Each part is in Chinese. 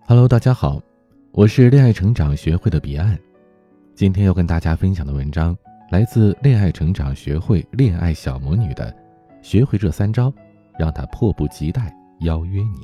Hello， 大家好，我是恋爱成长学会的彼岸。今天要跟大家分享的文章来自恋爱成长学会恋爱小魔女的学会这3招，让她迫不及待邀约你。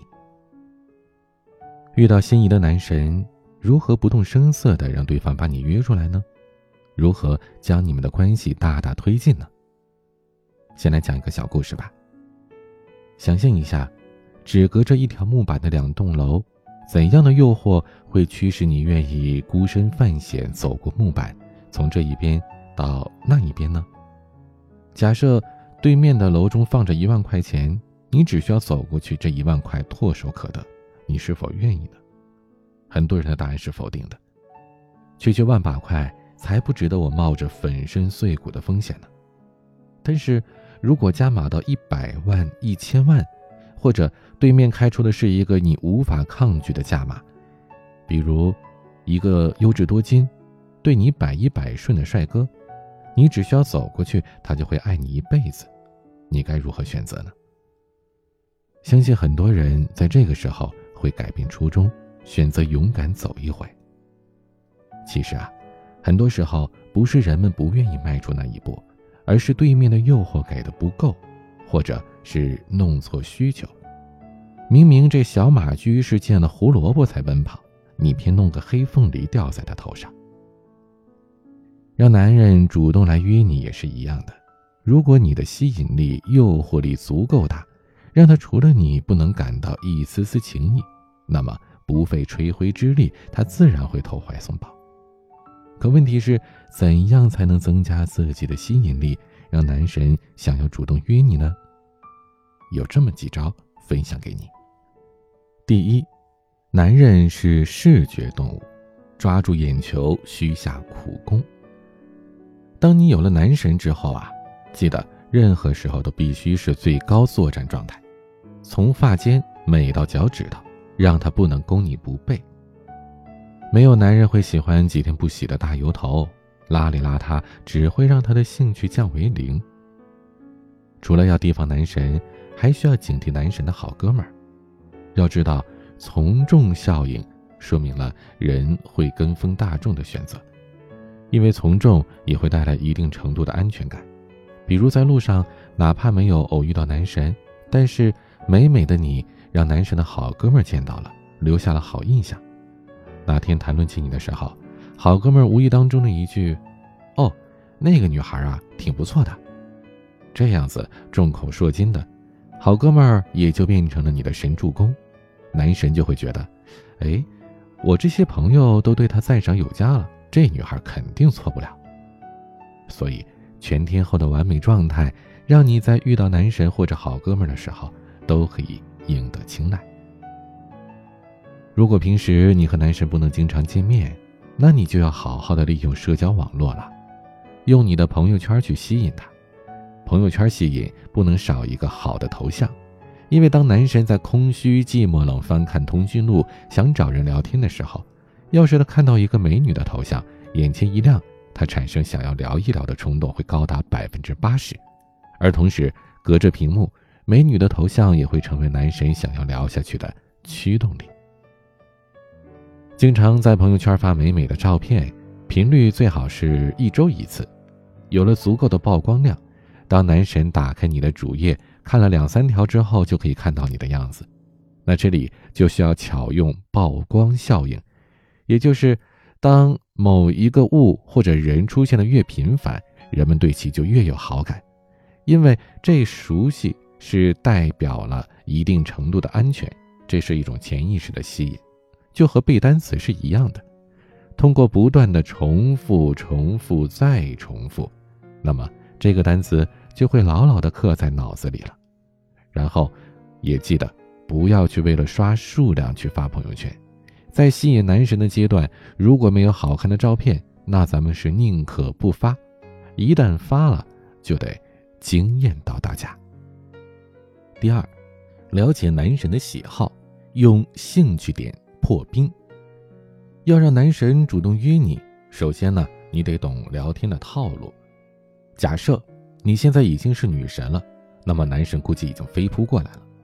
遇到心仪的男神，如何不动声色地让对方把你约出来呢？如何将你们的关系大大推进呢？先来讲一个小故事吧。想象一下，只隔着一条木板的2栋楼，怎样的诱惑会驱使你愿意孤身犯险走过木板，从这一边到那一边呢？假设对面的楼中放着1万块钱，你只需要走过去，这1万块唾手可得，你是否愿意呢？很多人的答案是否定的。区万把块才不值得我冒着粉身碎骨的风险呢。但是如果加码到100万、1000万，或者对面开出的是一个你无法抗拒的价码，比如一个优质多金、对你百依百顺的帅哥，你只需要走过去，他就会爱你一辈子，你该如何选择呢？相信很多人在这个时候会改变初衷，选择勇敢走一回。其实很多时候不是人们不愿意迈出那一步，而是对面的诱惑给的不够，或者是弄错需求。明明这小马驹是见了胡萝卜才奔跑，你偏弄个黑凤梨掉在他头上。让男人主动来约你也是一样的，如果你的吸引力、诱惑力足够大，让他除了你不能感到一丝丝情意，那么不费吹灰之力，他自然会投怀送抱。可问题是，怎样才能增加自己的吸引力，让男神想要主动约你呢？有这么几招分享给你。第一，男人是视觉动物，抓住眼球需下苦功。当你有了男神之后记得任何时候都必须是最高作战状态，从发尖美到脚趾头，让他不能攻你不备。没有男人会喜欢几天不洗的大油头，邋里邋遢只会让他的兴趣降为0。除了要提防男神，还需要警惕男神的好哥们儿。要知道，从众效应说明了人会跟风大众的选择，因为从众也会带来一定程度的安全感。比如在路上，哪怕没有偶遇到男神，但是美美的你让男神的好哥们儿见到了，留下了好印象。哪天谈论起你的时候，好哥们儿无意当中的一句“哦，那个女孩挺不错的”，这样子众口铄金的，好哥们儿也就变成了你的神助攻。男神就会觉得，我这些朋友都对她赞赏有加了，这女孩肯定错不了。所以全天候的完美状态，让你在遇到男神或者好哥们儿的时候都可以赢得青睐。如果平时你和男神不能经常见面，那你就要好好的利用社交网络了，用你的朋友圈去吸引他。朋友圈吸引不能少一个好的头像，因为当男神在空虚寂寞冷翻看通讯录想找人聊天的时候，要是他看到一个美女的头像，眼前一亮，他产生想要聊一聊的冲动会高达80%。而同时隔着屏幕，美女的头像也会成为男神想要聊下去的驱动力。经常在朋友圈发美美的照片，频率最好是1周1次，有了足够的曝光量，当男神打开你的主页看了2-3条之后，就可以看到你的样子。那这里就需要巧用曝光效应，也就是当某一个物或者人出现的越频繁，人们对其就越有好感，因为这熟悉是代表了一定程度的安全，这是一种潜意识的吸引，就和背单词是一样的。通过不断的重复再重复，那么这个单词就会牢牢地刻在脑子里了。然后也记得不要去为了刷数量去发朋友圈，在吸引男神的阶段，如果没有好看的照片，那咱们是宁可不发，一旦发了就得惊艳到大家。第二，了解男神的喜好，用兴趣点破冰。要让男神主动约你，首先呢，你得懂聊天的套路。假设你现在已经是女神了，那么男神估计已经飞扑过来了。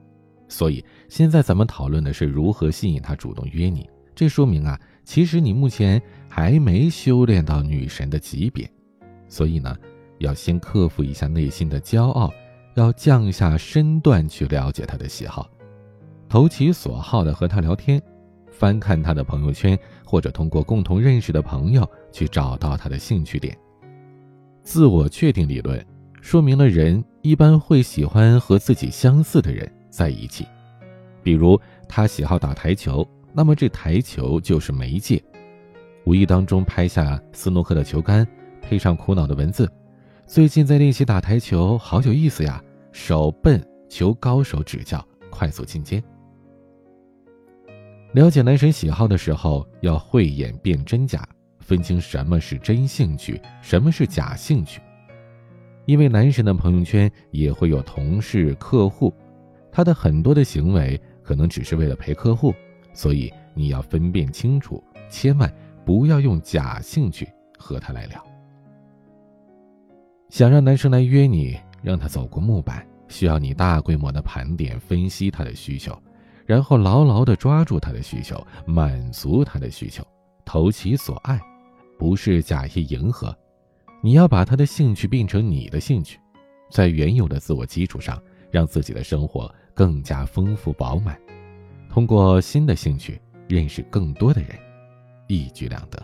所以现在咱们讨论的是如何吸引他主动约你，这说明其实你目前还没修炼到女神的级别。所以呢，要先克服一下内心的骄傲，要降下身段去了解他的喜好，投其所好的和他聊天，翻看他的朋友圈，或者通过共同认识的朋友去找到他的兴趣点。自我确定理论说明了人一般会喜欢和自己相似的人在一起。比如他喜好打台球，那么这台球就是媒介。无意当中拍下斯诺克的球杆，配上苦恼的文字，最近在练习打台球，好有意思呀，手笨，求高手指教，快速进阶。了解男神喜好的时候，要慧眼辨真假，分清什么是真兴趣，什么是假兴趣。因为男神的朋友圈也会有同事、客户，他的很多的行为可能只是为了陪客户，所以你要分辨清楚，千万不要用假兴趣和他来聊。想让男生来约你，让他走过木板，需要你大规模的盘点分析他的需求，然后牢牢地抓住他的需求，满足他的需求，投其所爱，不是假意迎合。你要把他的兴趣变成你的兴趣，在原有的自我基础上，让自己的生活更加丰富饱满，通过新的兴趣认识更多的人，一举两得。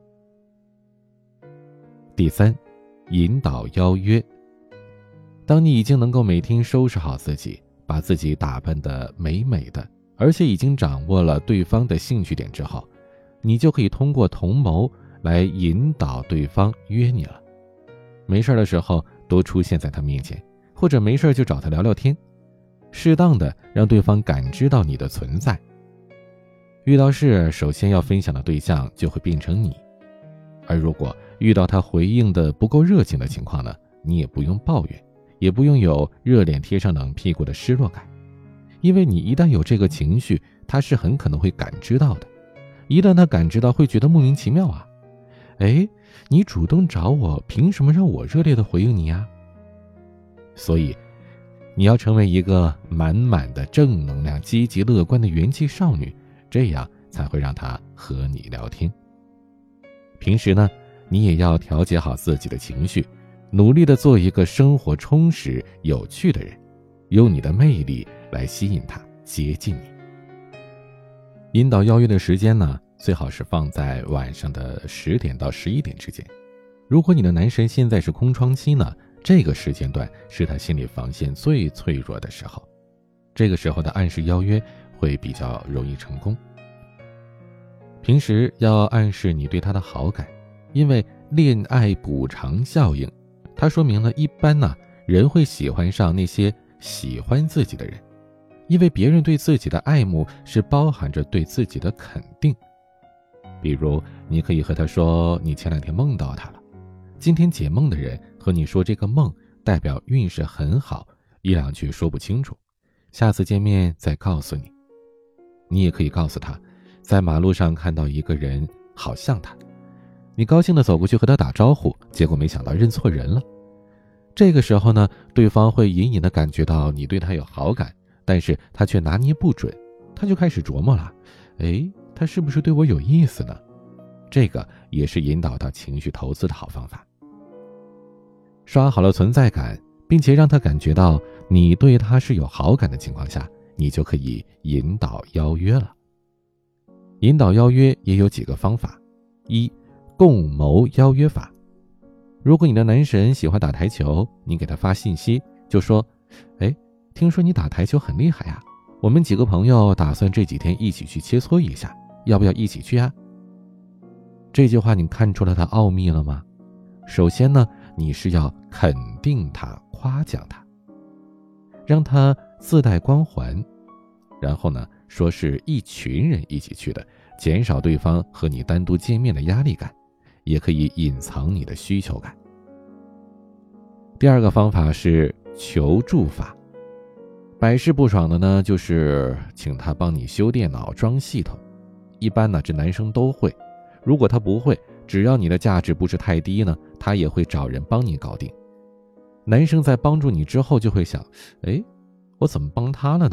第三，引导邀约。当你已经能够每天收拾好自己，把自己打扮得美美的，而且已经掌握了对方的兴趣点之后，你就可以通过同谋来引导对方约你了。没事的时候多出现在他面前，或者没事就找他聊聊天，适当的让对方感知到你的存在。遇到事，首先要分享的对象就会变成你。而如果遇到他回应的不够热情的情况呢，你也不用抱怨，也不用有热脸贴上冷屁股的失落感，因为你一旦有这个情绪，他是很可能会感知到的。一旦他感知到，会觉得莫名其妙啊，你主动找我，凭什么让我热烈的回应你啊？所以你要成为一个满满的正能量、积极乐观的元气少女，这样才会让他和你聊天。平时呢，你也要调节好自己的情绪，努力的做一个生活充实、有趣的人，用你的魅力来吸引他接近你。引导邀约的时间呢，最好是放在晚上的10点到11点之间。如果你的男神现在是空窗期呢，这个时间段是他心理防线最脆弱的时候，这个时候的暗示邀约会比较容易成功。平时要暗示你对他的好感，因为恋爱补偿效应，它说明了一般人会喜欢上那些喜欢自己的人，因为别人对自己的爱慕是包含着对自己的肯定。比如你可以和他说，你前2天梦到他了，今天解梦的人和你说这个梦代表运势很好，1-2句说不清楚，下次见面再告诉你。你也可以告诉他，在马路上看到一个人好像他，你高兴地走过去和他打招呼，结果没想到认错人了。这个时候呢，对方会隐隐地感觉到你对他有好感，但是他却拿捏不准，他就开始琢磨了，他是不是对我有意思呢？这个也是引导到情绪投资的好方法。刷好了存在感，并且让他感觉到你对他是有好感的情况下，你就可以引导邀约了。引导邀约也有几个方法。1. 共谋邀约法。如果你的男神喜欢打台球，你给他发信息就说，听说你打台球很厉害呀，我们几个朋友打算这几天一起去切磋一下，要不要一起去啊？这句话你看出了它奥秘了吗？首先呢，你是要肯定他，夸奖他，让他自带光环，然后呢，说是一群人一起去的，减少对方和你单独见面的压力感，也可以隐藏你的需求感。第2个方法是求助法。百试不爽的呢，就是请他帮你修电脑、装系统。一般呢，这男生都会。如果他不会，只要你的价值不是太低呢，他也会找人帮你搞定。男生在帮助你之后就会想，我怎么帮他了呢？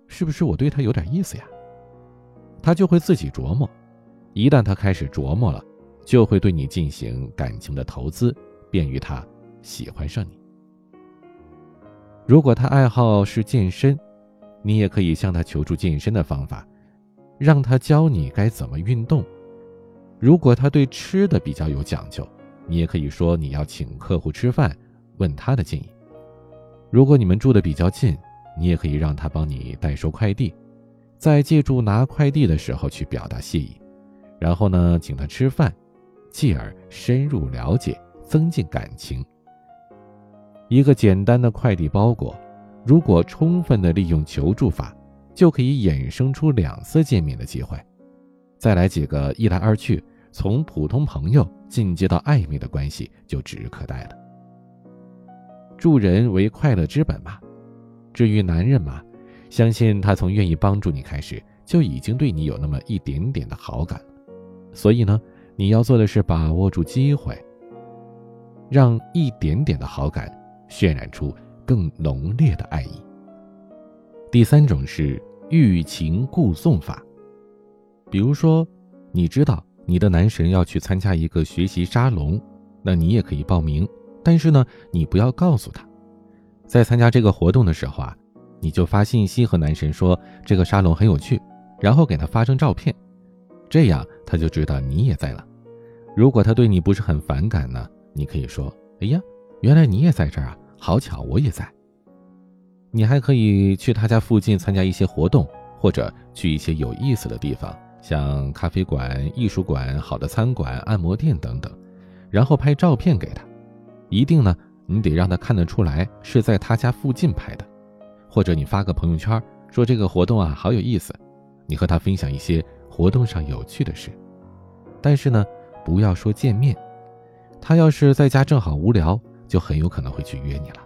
是不是我对他有点意思呀？他就会自己琢磨，一旦他开始琢磨了，就会对你进行感情的投资，便于他喜欢上你。如果他爱好是健身，你也可以向他求助健身的方法，让他教你该怎么运动。如果他对吃的比较有讲究，你也可以说你要请客户吃饭，问他的建议。如果你们住得比较近，你也可以让他帮你代收快递，在借助拿快递的时候去表达谢意，然后呢，请他吃饭，继而深入了解，增进感情。一个简单的快递包裹，如果充分的利用求助法，就可以衍生出2次见面的机会，再来几个一来二去，从普通朋友进阶到暧昧的关系就指日可待了。助人为快乐之本嘛。至于男人嘛，相信他从愿意帮助你开始，就已经对你有那么一点点的好感了。所以呢，你要做的是把握住机会，让一点点的好感渲染出更浓烈的爱意。第3种是欲擒故纵法。比如说，你知道你的男神要去参加一个学习沙龙，那你也可以报名，但是呢，你不要告诉他。在参加这个活动的时候啊，你就发信息和男神说这个沙龙很有趣，然后给他发张照片，这样他就知道你也在了。如果他对你不是很反感呢，你可以说，哎呀，原来你也在这儿啊，好巧我也在。你还可以去他家附近参加一些活动，或者去一些有意思的地方，像咖啡馆、艺术馆、好的餐馆、按摩店等等，然后拍照片给他。一定呢，你得让他看得出来是在他家附近拍的，或者你发个朋友圈说这个活动啊好有意思，你和他分享一些活动上有趣的事。但是呢，不要说见面，他要是在家正好无聊，就很有可能会去约你了。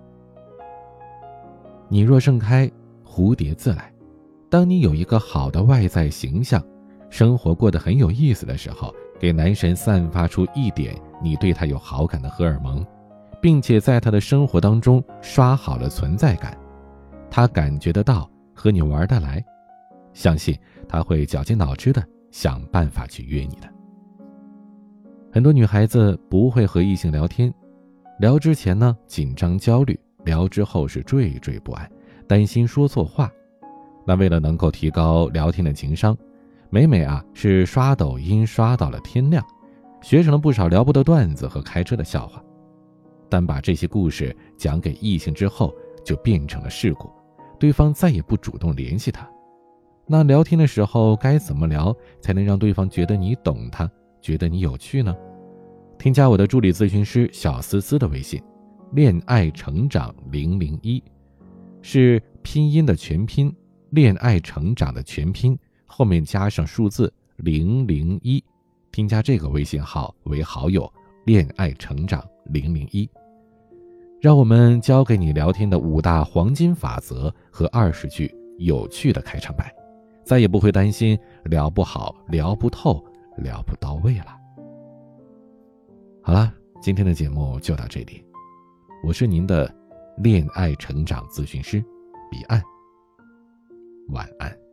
你若盛开，蝴蝶自来。当你有一个好的外在形象，生活过得很有意思的时候，给男神散发出一点你对他有好感的荷尔蒙，并且在他的生活当中刷好了存在感，他感觉得到和你玩得来，相信他会绞尽脑汁的想办法去约你的。很多女孩子不会和异性聊天，聊之前呢紧张焦虑，聊之后是惴惴不安，担心说错话。那为了能够提高聊天的情商，每是刷抖音刷到了天亮，学成了不少聊不得段子和开车的笑话。但把这些故事讲给异性之后，就变成了事故，对方再也不主动联系他。那聊天的时候该怎么聊才能让对方觉得你懂他，觉得你有趣呢？添加我的助理咨询师小思思的微信，恋爱成长001，是拼音的全拼，恋爱成长的全拼，后面加上数字001，添加这个微信号为好友，恋爱成长001。让我们教给你聊天的5大黄金法则和20句有趣的开场白，再也不会担心聊不好、聊不透、聊不到位了。好了，今天的节目就到这里，我是您的恋爱成长咨询师彼岸，晚安。